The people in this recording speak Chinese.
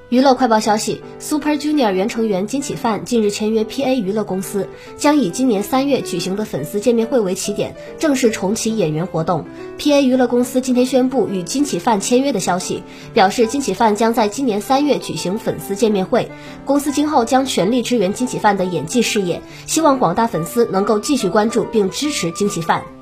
娱乐快报消息 ，Super Junior 原成员金启范近日签约 PA 娱乐公司，将以今年3月举行的粉丝见面会为起点，正式重启演员活动。PA 娱乐公司今天宣布与金启范签约的消息，表示金启范将在今年3月举行粉丝见面会，公司今后将全力支援金启范的演技事业，希望广大粉丝能够继续关注并支持金启范。